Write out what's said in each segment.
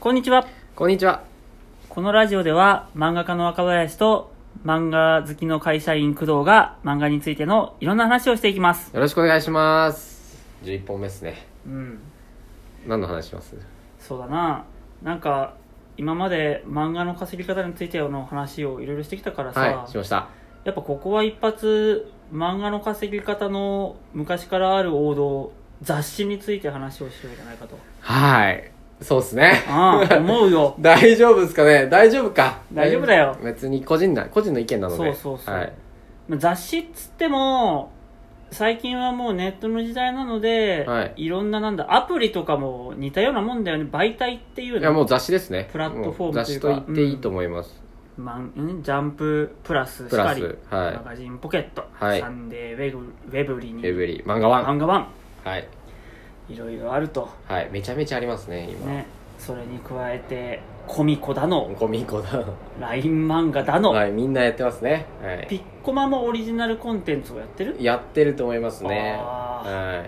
こんにちは。 こんにちは。 このラジオでは漫画家の若林と漫画好きの会社員工藤が漫画についてのいろんな話をしていきます。 よろしくお願いします。11本目ですね。何の話します？ そうだな。なんか今まで漫画の稼ぎ方についての話をいろいろしてきたからさ、 はい、しました。 やっぱここは一発漫画の稼ぎ方の昔からある王道雑誌について話をしようじゃないかと。 はい、そうですね。 思うよ。 大丈夫ですかね。大丈夫か。 大丈夫だよ。 別に個人の意見なので。 そう、 はい、 雑誌っつっても最近はもうネットの時代なので、 はい、 いろんなアプリとかも似たようなもんだよね。媒体っていうの。 いやもう雑誌ですね。 プラットフォームというか雑誌と言っていいと思います。 ジャンププラスしかり、 はい、 マガジンポケット、 はい、 サンデーウェブリに漫画ワン、 はい、いろいろあると。 はい、めちゃめちゃありますね今ね。それに加えてコミコだの LINE 漫画だの、 はい、みんなやってますね。はい、 ピッコマもオリジナルコンテンツをやってると思いますね。 はい、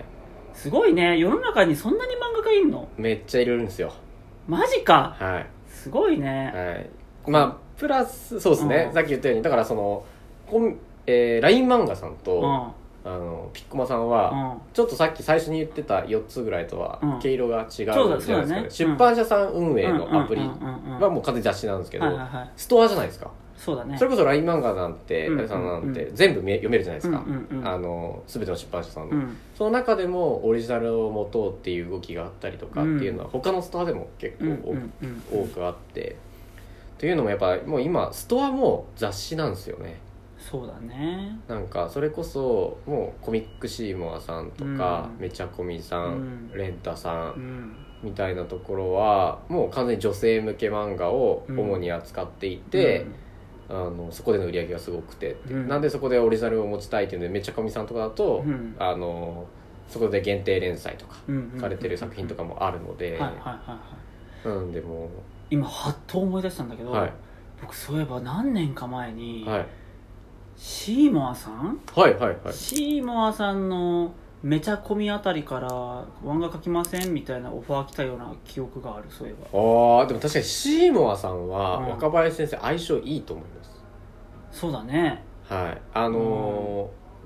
すごいね。世の中にそんなに漫画家いんの？ めっちゃいるんですよ。 マジか。 はい、 すごいね。 はい、まあプラスそうですね、さっき言ったようにだからそのLINE 漫画さんと、ピッコマさんは、ちょっとさっき最初に言ってた4つぐらいとは毛色が違うじゃないですかね。出版社さん運営のアプリはもう完全に雑誌なんですけど、ストアじゃないですか。 そうだね。 それこそ LINE 漫画なんて誰さんなんて全部読めるじゃないですか。全ての出版社さんの、その中でもオリジナルを持とうっていう動きがあったりとかっていうのは他のストアでも結構多くあって、というのもやっぱもう今ストアも雑誌なんですよね。 そうだね。 なんかそれこそもうコミックシーモアさんとか、めちゃコミさん、レンタさん、みたいなところはもう完全に女性向け漫画を主に扱っていて、そこでの売り上げがすごくて、なんでそこでオリジナルを持ちたいっていうのでめちゃコミさんとかだと、そこで限定連載とか書かれてる作品とかもあるので、なんでも今はっと思い出したんだけど、僕そういえば何年か前に、シーモアさん、シーモアさんのめちゃコミあたりから漫画描きませんみたいなオファー来たような記憶がある。そういえばでも確かにシーモアさんは若林先生相性いいと思います。 そうだね。 はい、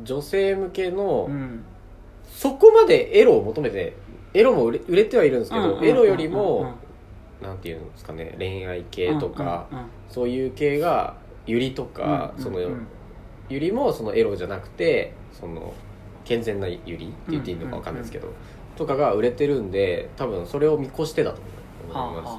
女性向けの、そこまでエロを求めて、エロも売れてはいるんですけど、エロよりもなんていうんですかね、恋愛系とか、そういう系がユリとか、そのユリもそのエロじゃなくてその健全なユリって言っていいのか分かんないですけど、とかが売れてるんで、多分それを見越してだと思います。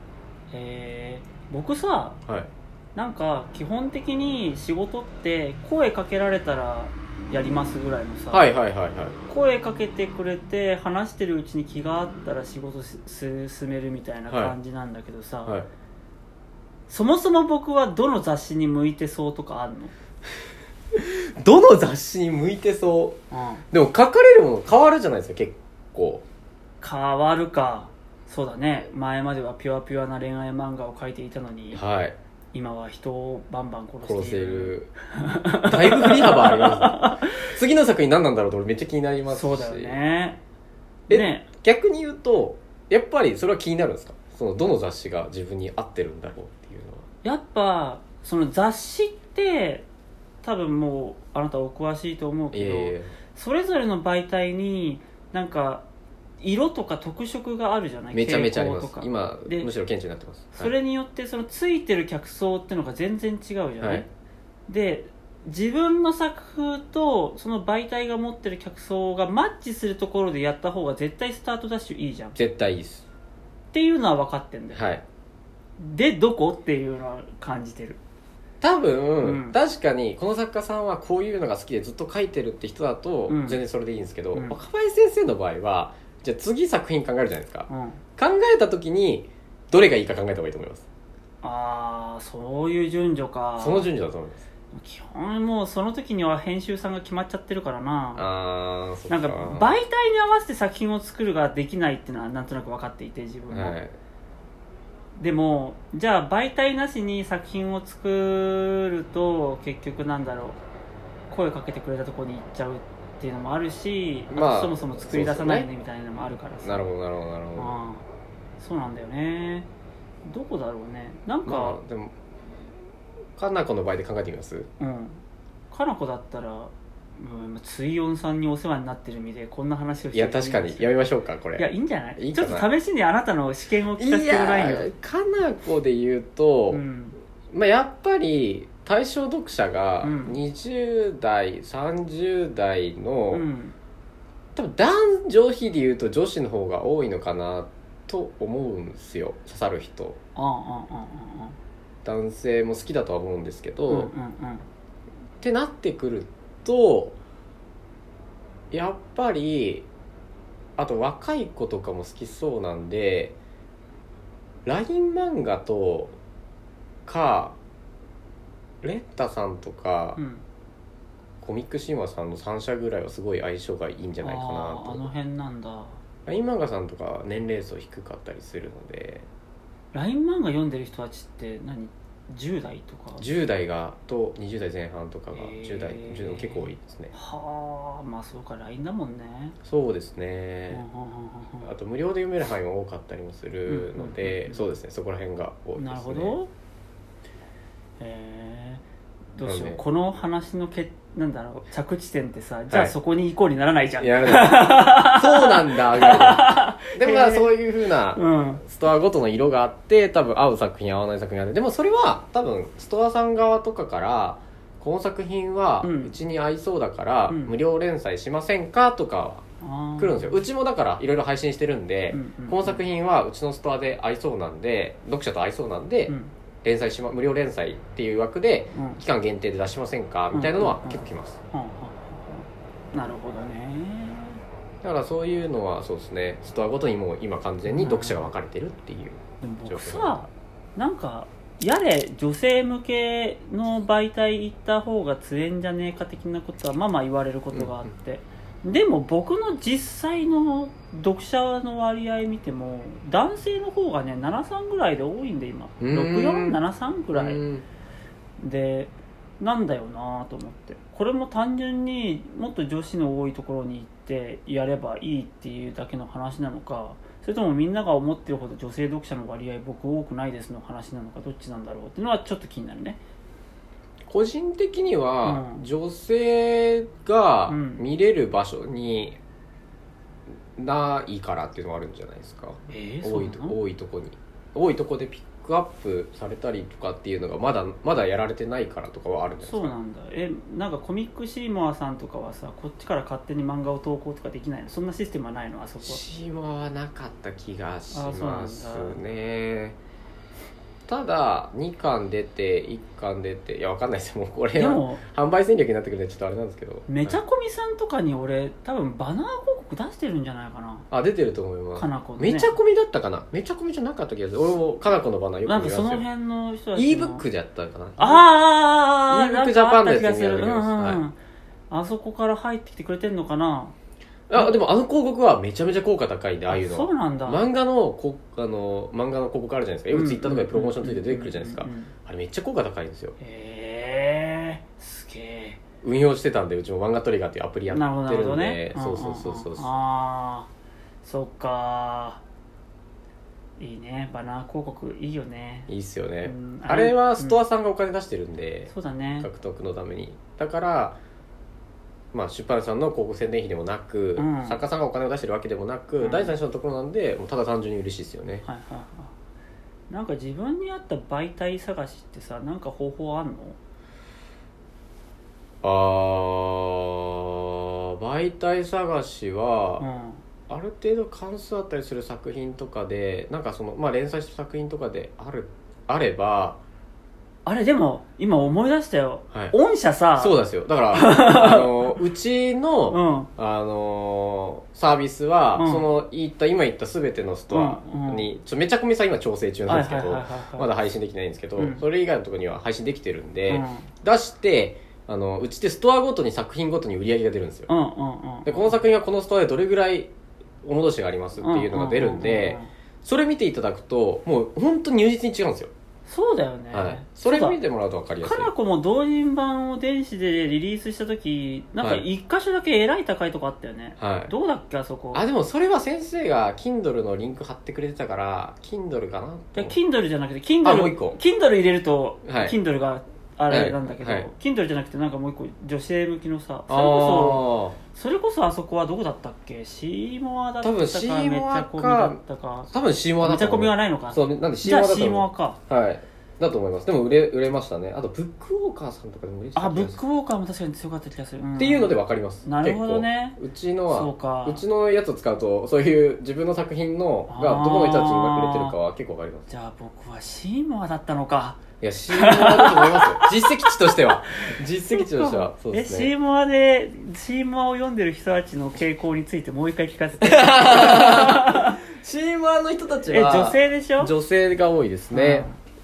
僕さ、なんか基本的に仕事って声かけられたらやりますぐらいのさ、声かけてくれて話してるうちに気があったら仕事進めるみたいな感じなんだけどさ、そもそも僕はどの雑誌に向いてそうとかあるの？ どの雑誌に向いてそう、でも書かれるもの変わるじゃないですか。結構変わるか。そうだね。前まではピュアピュアな恋愛漫画を描いていたのに、今は人をバンバン殺している。 だいぶ振り幅ありますね。次の作品何なんだろうと俺めっちゃ気になりますし。 そうだよね。 逆に言うとやっぱりそれは気になるんですか？そのどの雑誌が自分に合ってるんだろうっていうのは。 やっぱその雑誌って多分もうあなたお詳しいと思うけど、それぞれの媒体になんか色とか特色があるじゃない？ めちゃめちゃあります。今むしろ顕著になってます。 それによってそのついてる客層っていうのが全然違うじゃない？で自分の作風とその媒体が持ってる客層がマッチするところでやった方が絶対スタートダッシュいいじゃん。 絶対いいですっていうのは分かってんだよ。でどこっていうのは感じてる。 多分、確かにこの作家さんはこういうのが好きでずっと書いてるって人だと全然それでいいんですけど、若林先生の場合はじゃあ次作品考えるじゃないですか、考えた時にどれがいいか考えた方がいいと思います。 そういう順序か。 その順序だと思います。 基本もうその時には編集さんが決まっちゃってるからな。 そっかなんか媒体に合わせて作品を作るができないっていうのはなんとなく分かっていて自分も、でもじゃあ媒体なしに作品を作ると結局なんだろう、声かけてくれたところに行っちゃうっていうのもあるし、そもそも作り出さないねみたいなのもあるからさ。 なるほど。 そうなんだよね。 どこだろうね。なんか、 まあ、でもかなこの場合で考えてみます。 かなこだったら水温さんにお世話になってる身でこんな話をして。 いや確かにやめましょうかこれ。 いやいいんじゃない。いいちょっと試しにあなたの試験を聞かせてもらえよ。 かなこで言うと、まあ、やっぱり対象読者が20代、30代の、多分男女比で言うと女子の方が多いのかなと思うんですよ、刺さる人。男性も好きだとは思うんですけど、ってなってくるとやっぱりあと若い子とかも好きそうなんで LINE 漫画とかレッタさんとか、コミック神話さんの3社ぐらいはすごい相性がいいんじゃないかなと。 あの辺なんだ。 LINE 漫画さんとか年齢層低かったりするので。 LINE 漫画読んでる人たちって何、10代とか 10代がと20代前半とかが10代結構多いですね。 はあ、まあそうか、 LINE だもんね。 そうですね。あと無料で読める範囲も多かったりもするので、そうですね、そこら辺が多いですね。 なるほど。どうしよう、この話のなんだろう、着地点ってさ、じゃあそこに行こうにならないじゃん。そうなんだでもそういう風なストアごとの色があって、多分合う作品合わない作品がある。でもそれは多分ストアさん側とかからこの作品はうちに合いそうだから無料連載しませんかとか来るんですよ。うちもだからいろいろ配信してるんで、この作品はうちのストアで合いそうなんで、読者と合いそうなんで、連載無料連載っていう枠で期間限定で出しませんかみたいなのは結構来ます。 なるほどね。 だからそういうのはそうですね、ストアごとにもう今完全に読者が分かれてるっていう状況。僕さ、なんかやれ女性向けの媒体行った方が強いんじゃねえか的なことはまあまあ言われることがあって、でも僕の実際の読者の割合見ても男性の方がね73ぐらいで多いんで、今6473ぐらいでなんだよなと思って、これも単純にもっと女子の多いところに行ってやればいいっていうだけの話なのか、それともみんなが思ってるほど女性読者の割合僕多くないですの話なのか、どっちなんだろうっていうのはちょっと気になるね。 個人的には、女性が見れる場所にないからっていうのがあるんじゃないですか。多いとこでピックアップされたりとかっていうのがまだやられてないからとかはあるんじゃないですか。 そうなんだ。なんかコミックシーモアさんとかはさ、こっちから勝手に漫画を投稿とかできないの？そんなシステムはないの？あそこはシーモアはなかった気がしますね。ただ2巻出て1巻出て、いやわかんないですよ、もうこれは販売戦略になってくるんでちょっとあれなんですけど、 めちゃこみさんとかに俺多分バナー広告出してるんじゃないかな。 あ、出てると思います。 かなこね、 めちゃこみだったかな、めちゃこみじゃなかった気がする。俺もかなこのバナーよく見ますよ。 なんかその辺の人たち ebook でやったかな。 ebook ジャパンのやつにやるんです。 あそこから入ってきてくれてんのかな。 でも広告はめちゃめちゃ効果高いんで、ああいうのは。 そうなんだ。 漫画の広告あるじゃないですか。よくツイッターとかでプロモーションついて出てくるじゃないですか。あれめっちゃ効果高いんですよ。 すげえ。 運用してたんで、うちも漫画トリガーっていうアプリやってるんで、 ね、 そうそっか。いいね、バナー広告いいよね。 いいっすよね。あれはストアさんがお金出してるんで、 そうだね、 獲得のために。だからまあ、出版社さんの広告宣伝費でもなく、作家さんがお金を出してるわけでもなく、第三者のところなんで、もうただ単純に嬉しいですよね。 なんか自分に合った媒体探しってさ、なんか方法あんの？ 媒体探しは、ある程度関数あったりする作品とかで、なんか連載した作品とかであれば、 あれでも今思い出したよ、御社さ。 そうですよ。だからうちの、サービスは、今言った全てのストアに、めちゃこみさん今調整中なんですけど、まだ配信できないんですけど、それ以外のところには配信できてるんで、出してうちでストアごとに作品ごとに売り上げが出るんですよ。でこの作品はこのストアでどれぐらいお戻しがありますっていうのが出るんで、それ見ていただくともう本当に入実に違うんですよ。 そうだよね、 はい、それを見てもらうと分かりやすい。 かなこも同人版を電子でリリースした時なんか一箇所だけえらい高いとこあったよね、はい、どうだっけあそこ。 でもそれは先生が Kindle のリンク貼ってくれてたから Kindle かな。いや Kindle じゃなくて Kindle もう一個 Kindle 入れると、 はい、 Kindle があれなんだけど、はい、Kindle じゃなくてなんかもう一個女性向きのさ、それこそあそこはどこだったっけ、シーモアだったかめちゃコミだったか、 多分シーモアだったか、 めちゃコミはないのか、 そうなんでシーモアだったの、 じゃあシーモアか、 はいだと思います。でも売れましたね。あとブックウォーカーさんとかでも売れてた気がする。 ブックウォーカーも確かに強かった気がする、 っていうので分かります。 なるほどね。 うちのはうちのやつを使うとそういう自分の作品のがどこの人たちに売れてるかは結構分かります。 じゃあ僕はシーモアだったのか。 いやシーモアだと思いますよ実績値としてはそうですね。 シーモアを読んでる人たちの傾向についてもう一回聞かせてシーモアの人たちは女性でしょ。 女性が多いですね、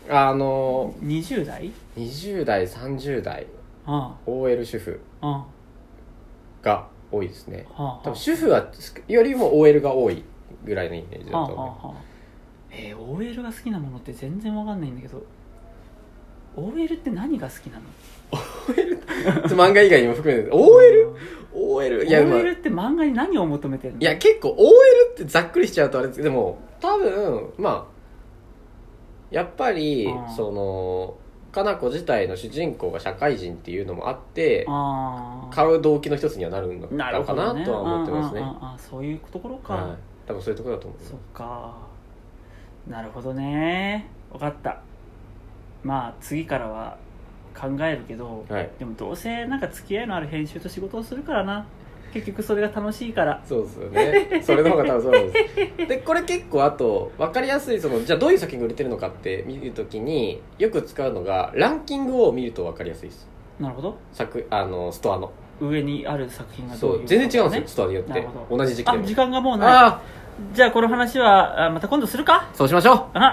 20代 20代30代、OL 主婦が多いですね、多分主婦はよりも OL が多いぐらいのイメージだと思う。 OL が好きなものって全然わかんないんだけど、 OL って何が好きなの？ OL 漫画以外にも含めて OL いや OL って漫画に何を求めてるの？ いや結構 OL ってざっくりしちゃうとあれですけど、でも多分やっぱりそのかなこ自体の主人公が社会人っていうのもあって買う動機の一つにはなるのかなとは思ってますね。 そういうところか、 はい、多分そういうところだと思う。 そっか、なるほどね、分かった。次からは考えるけど、はい、でもどうせなんか付き合いのある編集と仕事をするからな、結局それが楽しいから。 そうですよねそれの方が多分そうですでこれ結構あと分かりやすいじゃあどういう作品が売れてるのかって見るときによく使うのがランキングを見ると分かりやすいです。 なるほど。 ストアの上にある作品がどういう、 そう全然違うんですよ、ストアによって同じ時期でも。 時間がもうない。じゃあこの話はまた今度するか。 そうしましょう。